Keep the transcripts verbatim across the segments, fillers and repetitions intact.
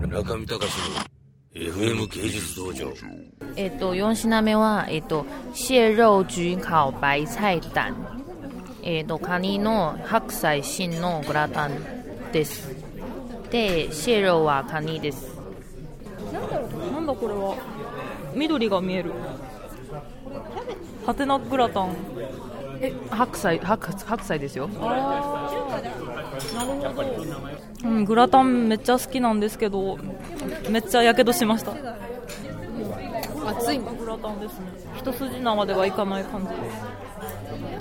中見隆の エフエム 芸術道場。 えっとよん品目は、えっと、蟹肉焗烤白菜蛋、えっと、カニの白菜芯のグラタンです。で、蟹肉はカニです。 なんだろう、なんだこれは。緑が見える。ハテナグラタン。 え、白菜、白、白菜ですよ。 あー、なるほど。うん、グラタンめっちゃ好きなんですけど、めっちゃやけどしました。 熱いんだ。 グラタンですね。一筋縄ではいかない感じです。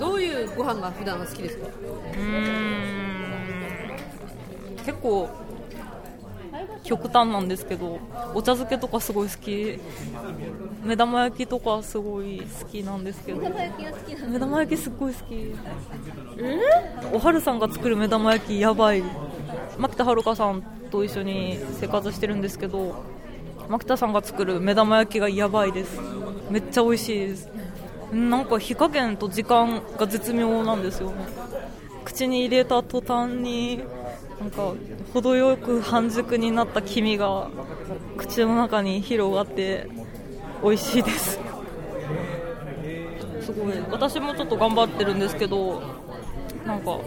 どういうご飯が普段好きですか？ うーん、結構極端なんですけど、お茶漬けとかすごい好き、目玉焼きとかすごい好きなんですけど、目玉焼きが好きなん、目玉焼きすっごい好き。えー、おはるさんが作る目玉焼きやばい。牧田遥さんと一緒に生活してるんですけど、牧田さんが作る目玉焼きがやばいです。めっちゃ美味しいです。なんか火加減と時間が絶妙なんですよね。口に入れた途端になんか程よく半熟になった黄身が口の中に広がって美味しいです。すごい、私もちょっと頑張ってるんですけど、なんか、うん、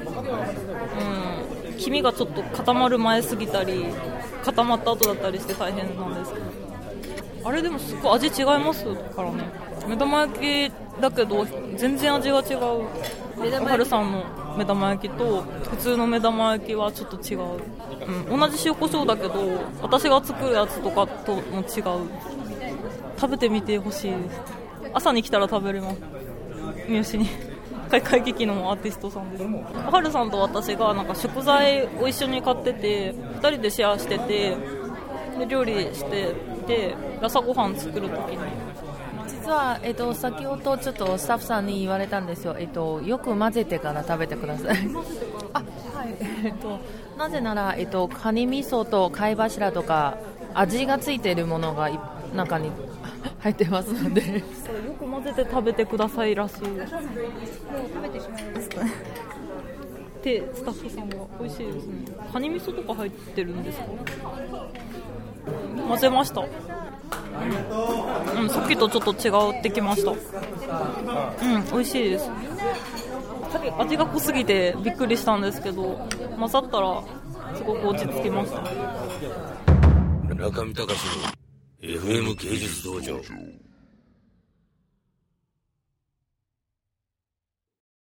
黄身がちょっと固まる前すぎたり固まった後だったりして大変なんですけど、あれでもすごい味違いますからね。目玉焼きだけど全然味が違う。おはるさんの目玉焼きと普通の目玉焼きはちょっと違う、うん、同じ塩コショウだけど私が作るやつとかとも違う。食べてみてほしいです。朝に来たら食べれます。三好に開会劇のアーティストさんです。おはるさんと私がなんか食材を一緒に買っててふたりでシェアしてて、で料理してて朝ごはん作るときに実は、えっと、先ほどちょっとスタッフさんに言われたんですよ。えっと、よく混ぜてから食べてください。あ、はい。えっと、なぜなら、えっと、カニ味噌と貝柱とか味がついているものが中に入ってますので、よく混ぜて食べてくださいらしいです。もう食べてしまいますでスタッフさんが美味しいですね。カニ味噌とか入ってるんですか？混ぜました。うん、さっきとちょっと違ってきました。うん、美味しいです。さっき味が濃すぎてびっくりしたんですけど、混ざったらすごく落ち着きました。 中見隆の エフエム 芸術道場。